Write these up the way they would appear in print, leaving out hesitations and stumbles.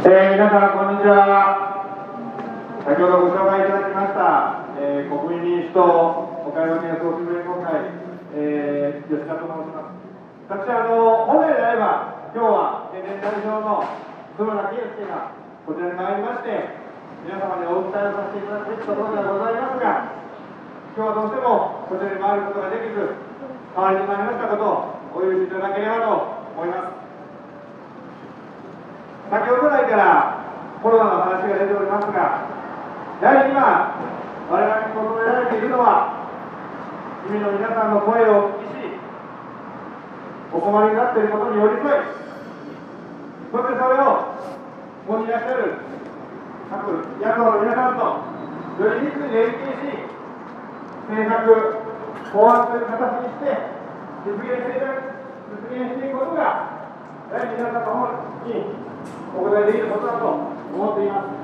皆さんこんにちは。先ほどご紹介いただきました、国民民主党岡山県総支部連合会、吉田と申します。私本来であれば今日は県連代表の黒田圭介がこちらに参りまして皆様にお訴えをさせていただくべきところではございますが、今日はどうしてもこちらに回ることができず代わりになりましたことをお許しいただければと思います。先ほど来からコロナの話が出ておりますが、やはり今我々に求められているのは市民の皆さんの声をお聞きし、お困りになっていることに寄り添い、そしてそれをここにいらっしゃる各野党の皆さんとより密に連携し、政策、法案という形にして実現していくことが、やはり皆さんの方にお答えできることだと思っています。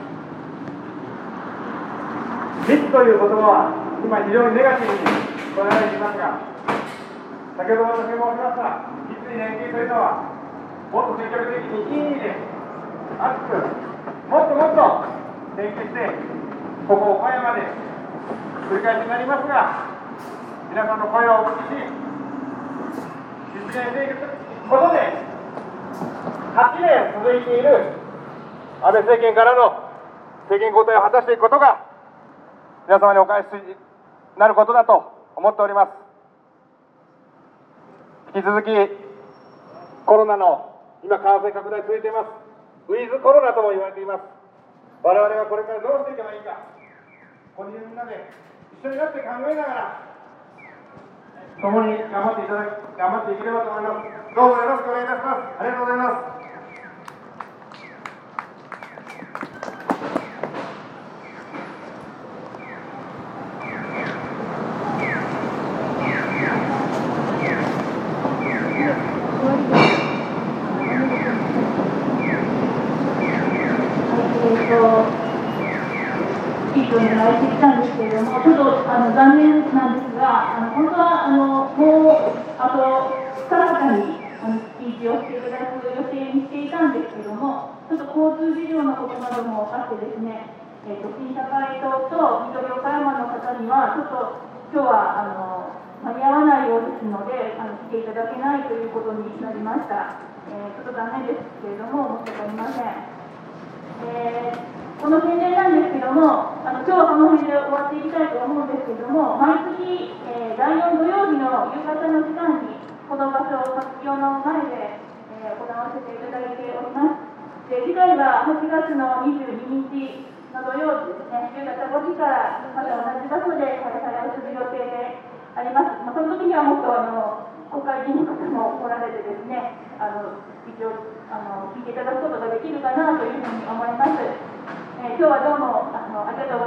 密という言葉は今非常にネガティブに捉えられていますが、先ほど私も申しました密に連携というのはもっと積極的にいい意味で熱くもっともっと連携してここ岡山で繰り返しになりますが皆さんの声をお聞きし実現していくことで8年続いている安倍政権からの政権交代を果たしていくことが皆様にお返しになることだと思っております。引き続きコロナの今感染拡大続いています。ウィズコロナとも言われています。我々はこれからどうしていけばいいか、ここにみんなで一緒になって考えながら共に頑張っていければと思います。どうぞよろしくお願いいたします。ありがとうございます。 スピーチをお願いしてきたんですけれども、ちょっと残念なんですが、本当はもうあと2方にスピーチをしていただく予定にしていたんですけれども、ちょっと交通事情のことなどもあってですね、新社会党と緑岡山の方には、ちょっと今日は間に合わないようですので、来ていただけないということになりました。ちょっと残念ですけれども、申し訳ありません。この宣伝なんですけども、今日はこの辺で終わっていきたいと思うんですけども、毎月、第4土曜日の夕方の時間に、この場所、活用の前で、行わせていただいております。で、次回は8月の22日の土曜日ですね、夕方5時からまた同じ場所で開催をする予定であります。その時にはもっと国会議員の方もおられてですね、一応聞いていただくことができるかなというふうに思います。今日はどうもありがとう